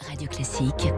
Radio Classique,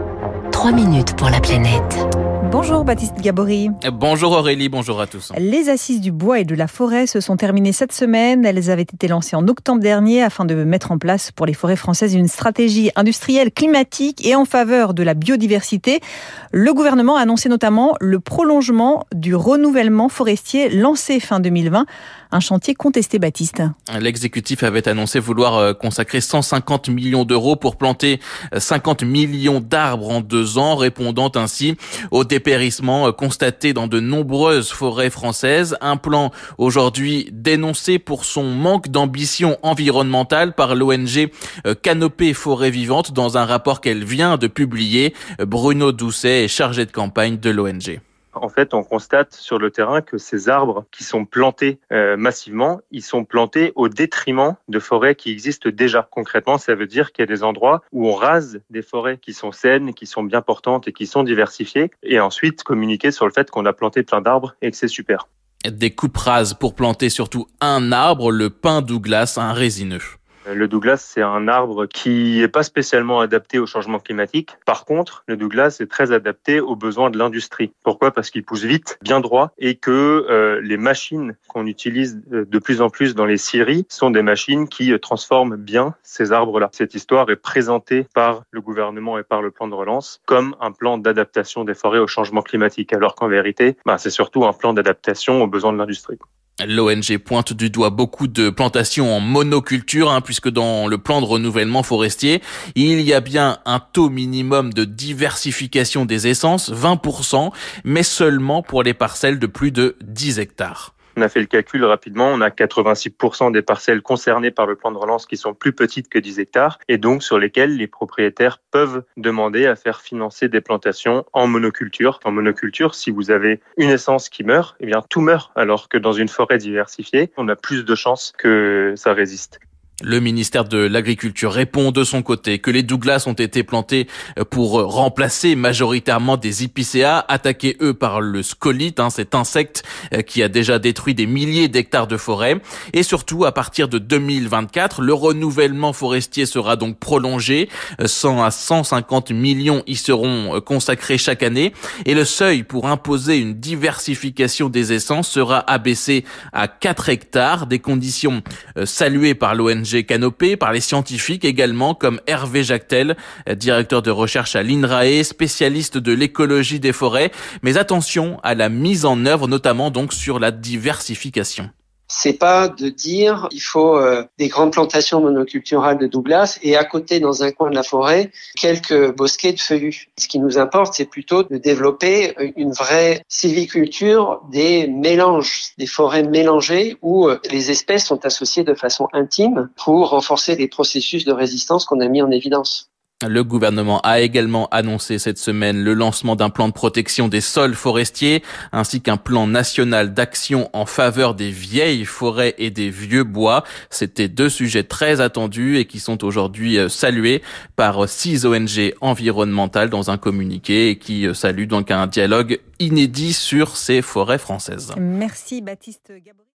3 minutes pour la planète. Bonjour Baptiste Gabory. Bonjour Aurélie, bonjour à tous. Les assises du bois et de la forêt se sont terminées cette semaine. Elles avaient été lancées en octobre dernier afin de mettre en place pour les forêts françaises une stratégie industrielle climatique et en faveur de la biodiversité. Le gouvernement a annoncé notamment le prolongement du renouvellement forestier lancé fin 2020. Un chantier contesté, Baptiste. L'exécutif avait annoncé vouloir consacrer 150 millions d'euros pour planter 50 millions d'arbres en 2 ans, répondant ainsi au dépérissement constaté dans de nombreuses forêts françaises. Un plan aujourd'hui dénoncé pour son manque d'ambition environnementale par l'ONG Canopée Forêt Vivante dans un rapport qu'elle vient de publier. Bruno Doucet est chargé de campagne de l'ONG. En fait, on constate sur le terrain que ces arbres qui sont plantés massivement, ils sont plantés au détriment de forêts qui existent déjà. Concrètement, ça veut dire qu'il y a des endroits où on rase des forêts qui sont saines, qui sont bien portantes et qui sont diversifiées, et ensuite communiquer sur le fait qu'on a planté plein d'arbres et que c'est super. Des coupes rases pour planter surtout un arbre, le pin Douglas, un résineux. Le Douglas, c'est un arbre qui n'est pas spécialement adapté au changement climatique. Par contre, le Douglas est très adapté aux besoins de l'industrie. Pourquoi ? Parce qu'il pousse vite, bien droit, et que les machines qu'on utilise de plus en plus dans les scieries sont des machines qui transforment bien ces arbres-là. Cette histoire est présentée par le gouvernement et par le plan de relance comme un plan d'adaptation des forêts au changement climatique, alors qu'en vérité, c'est surtout un plan d'adaptation aux besoins de l'industrie. L'ONG pointe du doigt beaucoup de plantations en monoculture, puisque dans le plan de renouvellement forestier, il y a bien un taux minimum de diversification des essences, 20%, mais seulement pour les parcelles de plus de 10 hectares. On a fait le calcul rapidement, on a 86% des parcelles concernées par le plan de relance qui sont plus petites que 10 hectares et donc sur lesquelles les propriétaires peuvent demander à faire financer des plantations en monoculture. En monoculture, si vous avez une essence qui meurt, tout meurt, alors que dans une forêt diversifiée, on a plus de chances que ça résiste. Le ministère de l'Agriculture répond de son côté que les Douglas ont été plantés pour remplacer majoritairement des épicéas, attaqués eux par le scolyte, cet insecte qui a déjà détruit des milliers d'hectares de forêt. Et surtout, à partir de 2024, le renouvellement forestier sera donc prolongé. 100 à 150 millions y seront consacrés chaque année. Et le seuil pour imposer une diversification des essences sera abaissé à 4 hectares, des conditions saluées par l'ONG Canopée, par les scientifiques également, comme Hervé Jactel, directeur de recherche à l'INRAE, spécialiste de l'écologie des forêts. Mais attention à la mise en œuvre, notamment donc sur la diversification. C'est pas de dire il faut des grandes plantations monoculturales de Douglas et à côté, dans un coin de la forêt, quelques bosquets de feuillus. Ce qui nous importe, c'est plutôt de développer une vraie sylviculture des mélanges, des forêts mélangées où les espèces sont associées de façon intime pour renforcer les processus de résistance qu'on a mis en évidence. Le gouvernement a également annoncé cette semaine le lancement d'un plan de protection des sols forestiers ainsi qu'un plan national d'action en faveur des vieilles forêts et des vieux bois. C'était 2 sujets très attendus et qui sont aujourd'hui salués par 6 ONG environnementales dans un communiqué et qui saluent donc un dialogue inédit sur ces forêts françaises. Merci Baptiste Gabory.